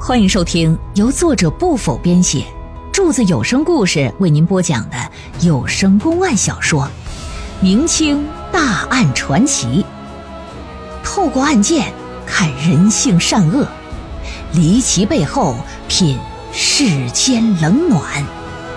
欢迎收听由作者不否编写，柱子有声故事为您播讲的有声公案小说《明清大案传奇》，透过案件看人性善恶，离奇背后品世间冷暖。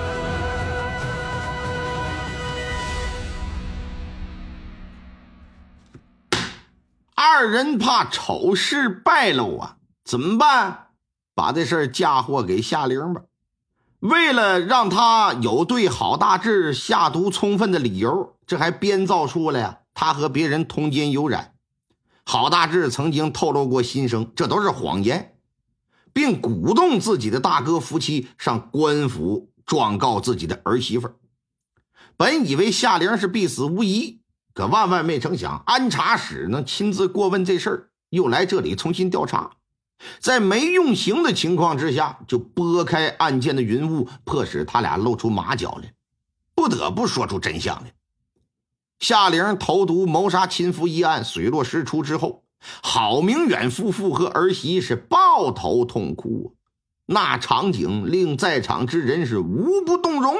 二人怕丑事败露啊，怎么办？把这事儿嫁祸给夏玲吧。为了让他有对郝大志下毒充分的理由，这还编造出了呀他和别人通奸有染，郝大志曾经透露过心声，这都是谎言，并鼓动自己的大哥夫妻上官府状告自己的儿媳妇。本以为夏玲是必死无疑，可万万没成想，安察使能亲自过问这事儿，又来这里重新调查，在没用刑的情况之下，就拨开案件的云雾，迫使他俩露出马脚来，不得不说出真相来。夏玲投毒谋杀亲夫一案水落石出之后，郝明远夫妇和儿媳是抱头痛哭，那场景令在场之人是无不动容。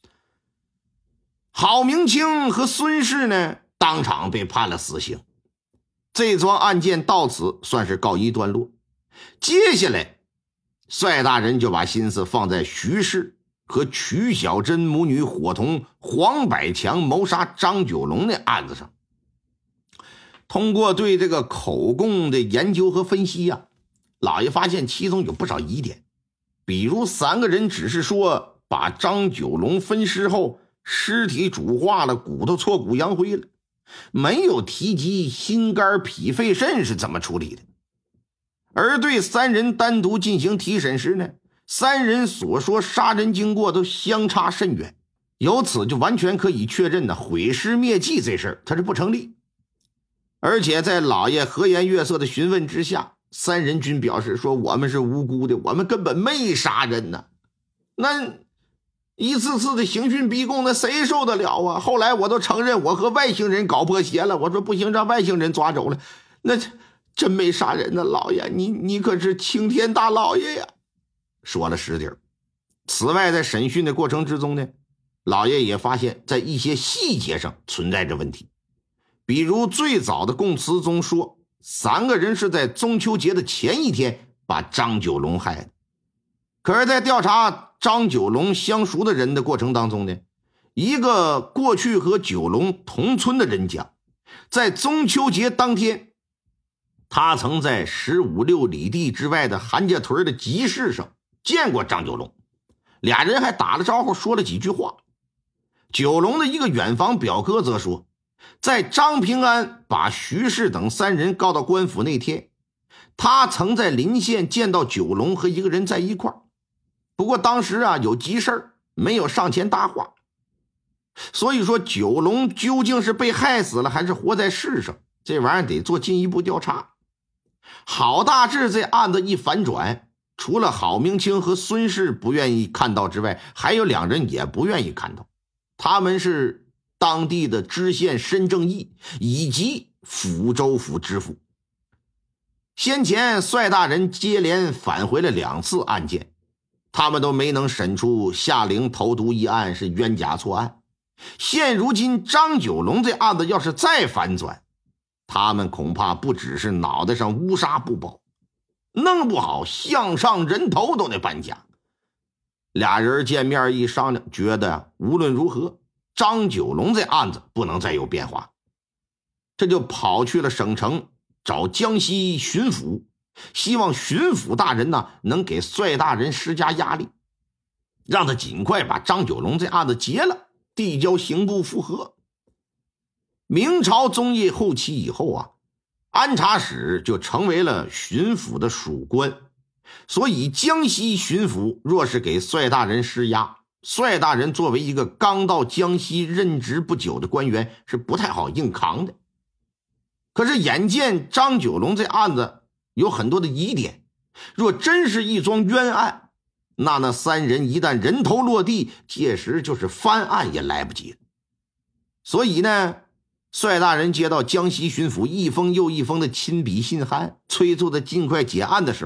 郝明清和孙氏呢，当场被判了死刑。这桩案件到此算是告一段落。接下来帅大人就把心思放在徐氏和曲小珍母女伙同黄百强谋杀张九龙的案子上。通过对这个口供的研究和分析啊，老爷发现其中有不少疑点。比如三个人只是说把张九龙分尸后尸体煮化了，骨头挫骨扬灰了，没有提及心肝脾肺肾是怎么处理的。而对三人单独进行提审时呢，三人所说杀人经过都相差甚远，由此就完全可以确认毁尸灭迹这事儿它是不成立。而且在老爷和颜悦色的询问之下，三人均表示说我们是无辜的，我们根本没杀人呢。那一次次的刑讯逼供，那谁受得了啊？后来我都承认我和外星人搞破鞋了，我说不行，让外星人抓走了，那真没杀人呢，老爷，你可是青天大老爷呀！说了实底。此外，在审讯的过程之中呢，老爷也发现在一些细节上存在着问题。比如最早的供词中说，三个人是在中秋节的前一天把张九龙害的。可是在调查张九龙相熟的人的过程当中呢，一个过去和九龙同村的人讲，在中秋节当天，他曾在15、16里地之外的韩家屯的集市上见过张九龙，俩人还打了招呼，说了几句话。九龙的一个远房表哥则说，在张平安把徐氏等三人告到官府那天，他曾在临县见到九龙和一个人在一块儿，不过当时有急事儿，没有上前搭话。所以说九龙究竟是被害死了还是活在世上，这玩意儿得做进一步调查。郝大志这案子一反转，除了郝明清和孙氏不愿意看到之外，还有两人也不愿意看到，他们是当地的知县申正义以及抚州府知府。先前帅大人接连返回了2次案件，他们都没能审出夏玲投毒一案是冤假错案。现如今张九龙这案子要是再反转，他们恐怕不只是脑袋上乌纱不保，弄不好项上人头都得搬家。俩人见面一商量，觉得无论如何张九龙这案子不能再有变化，这就跑去了省城找江西巡抚，希望巡抚大人能给帅大人施加压力，让他尽快把张九龙这案子结了，递交刑部复核。明朝中叶后期以后安察使就成为了巡抚的属官，所以江西巡抚若是给帅大人施压，帅大人作为一个刚到江西任职不久的官员是不太好硬扛的。可是眼见张九龙这案子有很多的疑点，若真是一桩冤案，那三人一旦人头落地，届时就是翻案也来不及了。所以呢，帅大人接到江西巡抚一封又一封的亲笔信函，催促他尽快结案的时候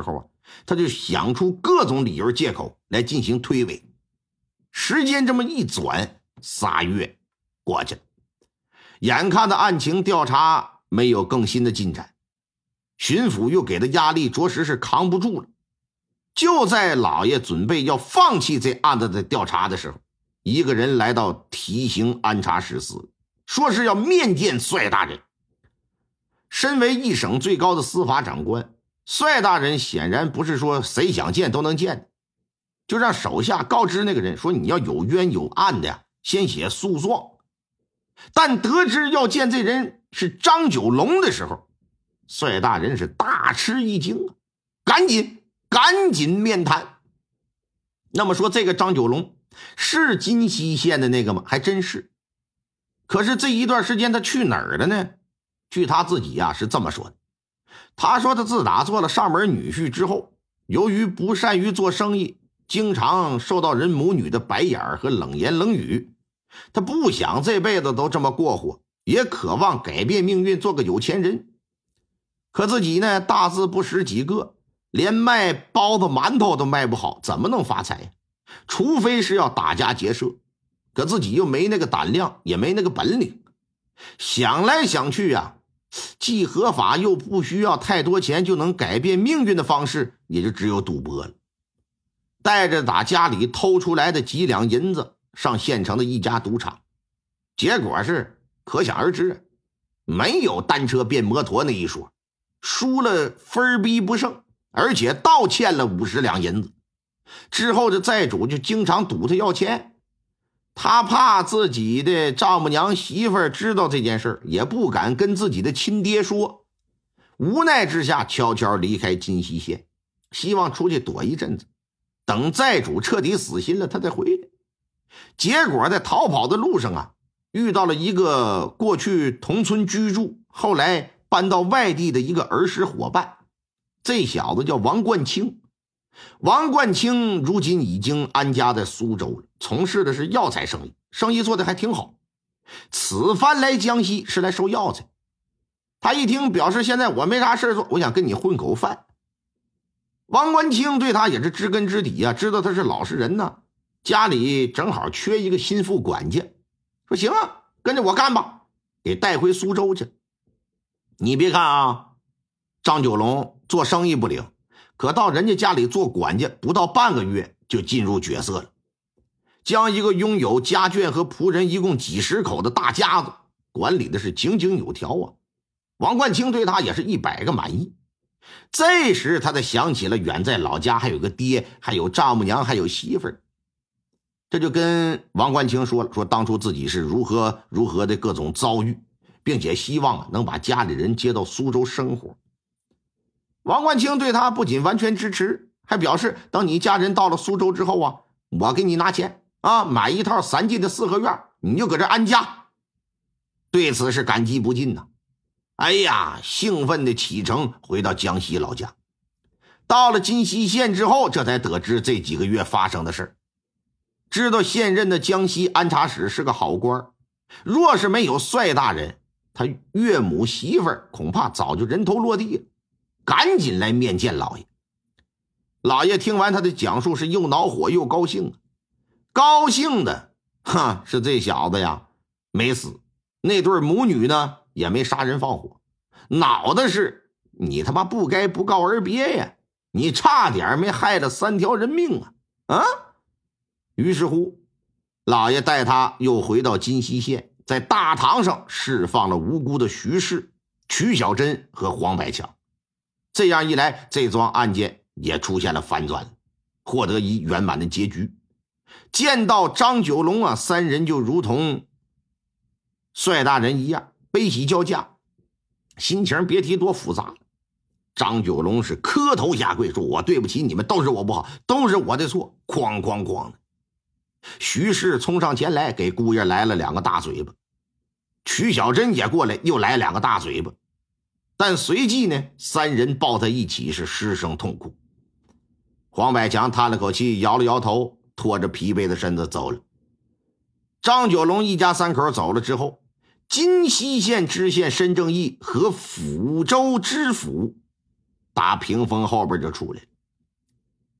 他就想出各种理由借口来进行推诿。时间这么一转，3月过去了，眼看着案情调查没有更新的进展，巡抚又给的压力着实是扛不住了。就在老爷准备要放弃这案子的调查的时候，一个人来到提刑安察使司，说是要面见帅大人。身为一省最高的司法长官，帅大人显然不是说谁想见都能见的，就让手下告知那个人说，你要有冤有案的呀，先写诉状。但得知要见这人是张九龙的时候，帅大人是大吃一惊啊，赶紧面谈。那么说这个张九龙是金溪县的那个吗？还真是。可是这一段时间他去哪儿了呢？据他自己是这么说的，他说他自打做了上门女婿之后，由于不善于做生意，经常受到人母女的白眼和冷言冷语，他不想这辈子都这么过活，也渴望改变命运，做个有钱人。可自己呢，大字不识几个，连卖包子馒头都卖不好，怎么能发财呀？除非是要打家劫舍，可自己又没那个胆量，也没那个本领。想来想去既合法又不需要太多钱就能改变命运的方式，也就只有赌博了。带着打家里偷出来的几两银子上县城的一家赌场，结果是可想而知，没有单车变摩托那一说，输了分逼不胜，而且倒欠了50两银子。之后这债主就经常赌他要钱，他怕自己的丈母娘媳妇儿知道这件事，也不敢跟自己的亲爹说，无奈之下悄悄离开金溪县，希望出去躲一阵子，等债主彻底死心了他再回来。结果在逃跑的路上遇到了一个过去同村居住，后来搬到外地的一个儿时伙伴，这小子叫王冠清。王冠清如今已经安家在苏州了，从事的是药材生意，生意做得还挺好。此番来江西是来收药材。他一听表示，现在我没啥事做，我想跟你混口饭。王冠清对他也是知根知底知道他是老实人家里正好缺一个心腹管家，说行跟着我干吧，给带回苏州去。你别看张九龙做生意不灵，可到人家家里做管家不到半个月就进入角色了，将一个拥有家眷和仆人一共几十口的大家子管理的是井井有条王冠清对他也是100个满意。这时他才想起了远在老家还有个爹，还有丈母娘，还有媳妇儿。这就跟王冠清说了，说当初自己是如何的各种遭遇，并且希望能把家里人接到苏州生活。王冠清对他不仅完全支持，还表示等你家人到了苏州之后我给你拿钱买一套3进的4合院，你就搁这安家。对此是感激不尽哎呀，兴奋的启程回到江西老家。到了金溪县之后，这才得知这几个月发生的事，知道现任的江西安察使是个好官，若是没有帅大人，他岳母媳妇儿恐怕早就人头落地了，赶紧来面见老爷。老爷听完他的讲述是又恼火又高兴高兴的是这小子没死，那对母女呢也没杀人放火，恼的是你他妈不该不告而别呀，你差点没害了3条人命于是乎老爷带他又回到金溪县，在大堂上释放了无辜的徐氏、曲小珍和黄百强。这样一来，这桩案件也出现了反转，获得一圆满的结局。见到张九龙3人就如同帅大人一样悲喜交加，心情别提多复杂了。张九龙是磕头下跪，说我对不起你们，都是我不好，都是我的错，哐哐哐的。徐氏冲上前来给姑爷来了2个大嘴巴，曲小珍也过来又来2个大嘴巴，但随即呢3人抱在一起是失声痛哭。黄百强叹了口气，摇了摇头，拖着疲惫的身子走了。张九龙一家3口走了之后，金溪县知县申正义和抚州知府打屏风后边就出来了，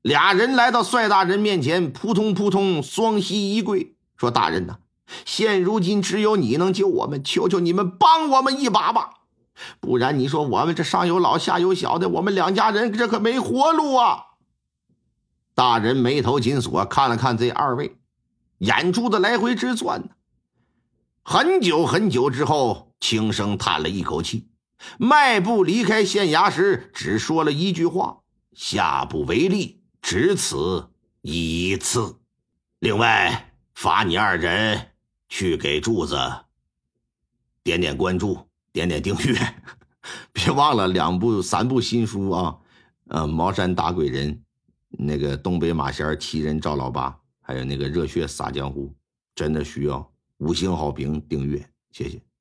俩人来到帅大人面前，扑通扑通双膝一跪，说大人呐，现如今只有你能救我们，求求你们帮我们一把吧，不然你说我们这上有老下有小的，我们两家人这可没活路啊。大人眉头紧锁，看了看这二位，眼珠子来回直转，很久很久之后，轻声叹了一口气，迈步离开县衙时只说了一句话：下不为例，只此一次。另外罚你二人去给柱子点点关注，点点订阅，别忘了3部新书啊，茅山打鬼人，那个东北马仙奇人赵老八，还有那个热血洒江湖，真的需要5星好评订阅，谢谢。